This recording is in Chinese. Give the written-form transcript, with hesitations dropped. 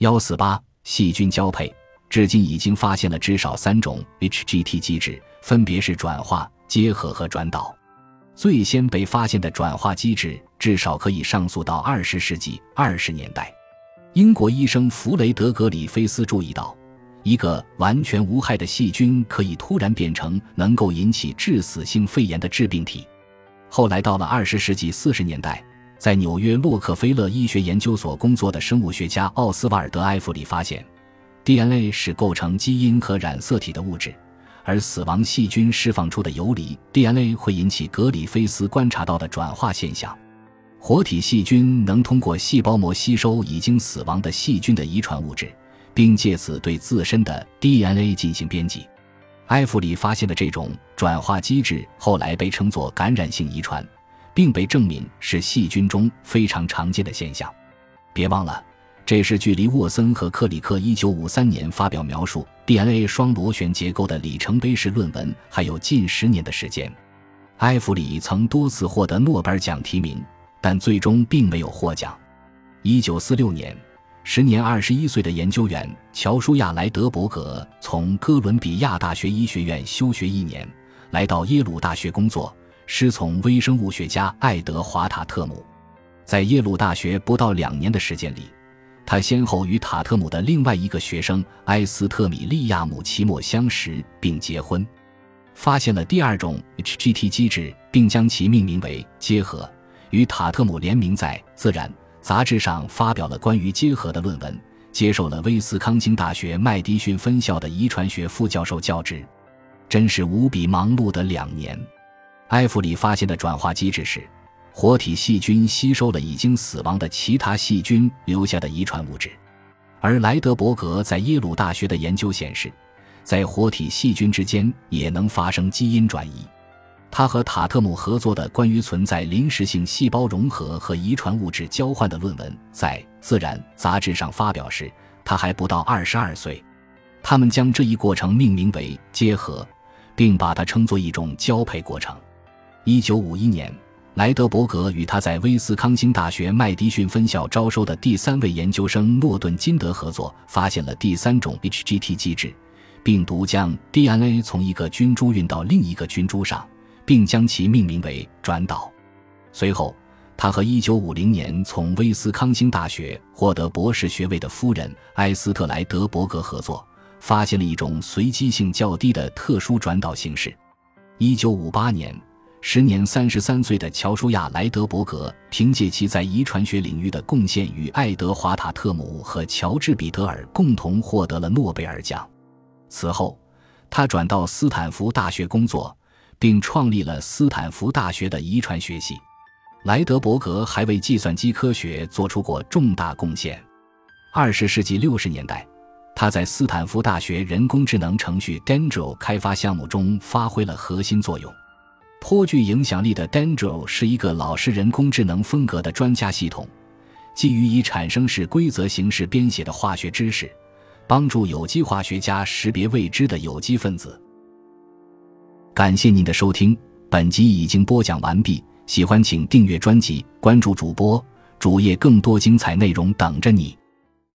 148细菌交配，至今已经发现了至少3种 HGT 机制，分别是转化、结合和转导。最先被发现的转化机制至少可以上溯到20世纪20年代。英国医生弗雷德格里菲斯注意到，一个完全无害的细菌可以突然变成能够引起致死性肺炎的致病体。后来到了20世纪40年代，在纽约洛克菲勒医学研究所工作的生物学家奥斯瓦尔德·埃弗里发现， DNA 是构成基因和染色体的物质，而死亡细菌释放出的游离 DNA 会引起格里菲斯观察到的转化现象。活体细菌能通过细胞膜吸收已经死亡的细菌的遗传物质，并借此对自身的 DNA 进行编辑。埃弗里发现的这种转化机制后来被称作感染性遗传，并被证明是细菌中非常常见的现象。别忘了，这是距离沃森和克里克1953年发表描述 DNA 双螺旋结构的里程碑式论文还有近10年的时间。埃弗里曾多次获得诺贝尔奖提名，但最终并没有获奖。1946年，时年21岁的研究员乔舒亚·莱德伯格从哥伦比亚大学医学院休学1年，来到耶鲁大学工作，师从微生物学家爱德华·塔特姆。在耶鲁大学不到2年的时间里，他先后与塔特姆的另外一个学生埃斯特米利亚姆齐默相识并结婚，发现了第2种 HGT 机制，并将其命名为结合，与塔特姆联名在《自然》杂志上发表了关于结合的论文，接受了威斯康星大学麦迪逊分校的遗传学副教授教职。真是无比忙碌的2年。埃弗里发现的转化机制是，活体细菌吸收了已经死亡的其他细菌留下的遗传物质，而莱德伯格在耶鲁大学的研究显示，在活体细菌之间也能发生基因转移。他和塔特姆合作的关于存在临时性细胞融合和遗传物质交换的论文在《自然》杂志上发表时，他还不到22岁。他们将这一过程命名为结合，并把它称作一种交配过程。1951年，莱德伯格与他在威斯康星大学麦迪逊分校招收的第3位研究生诺顿金德合作，发现了第3种 HGT 机制，病毒将 DNA 从一个菌株运到另一个菌株上，并将其命名为转导。随后，他和1950年从威斯康星大学获得博士学位的夫人埃斯特莱德伯格合作，发现了一种随机性较低的特殊转导形式。1958年，时年33岁的乔舒亚·莱德伯格凭借其在遗传学领域的贡献，与爱德华·塔特姆和乔治·彼得尔共同获得了诺贝尔奖。此后，他转到斯坦福大学工作，并创立了斯坦福大学的遗传学系。莱德伯格还为计算机科学做出过重大贡献。20世纪60年代，他在斯坦福大学人工智能程序 Dendro 开发项目中发挥了核心作用。颇具影响力的 Dendro 是一个老式人工智能风格的专家系统，基于以产生式规则形式编写的化学知识，帮助有机化学家识别未知的有机分子。感谢您的收听，本集已经播讲完毕，喜欢请订阅专辑，关注主播，主页更多精彩内容等着你。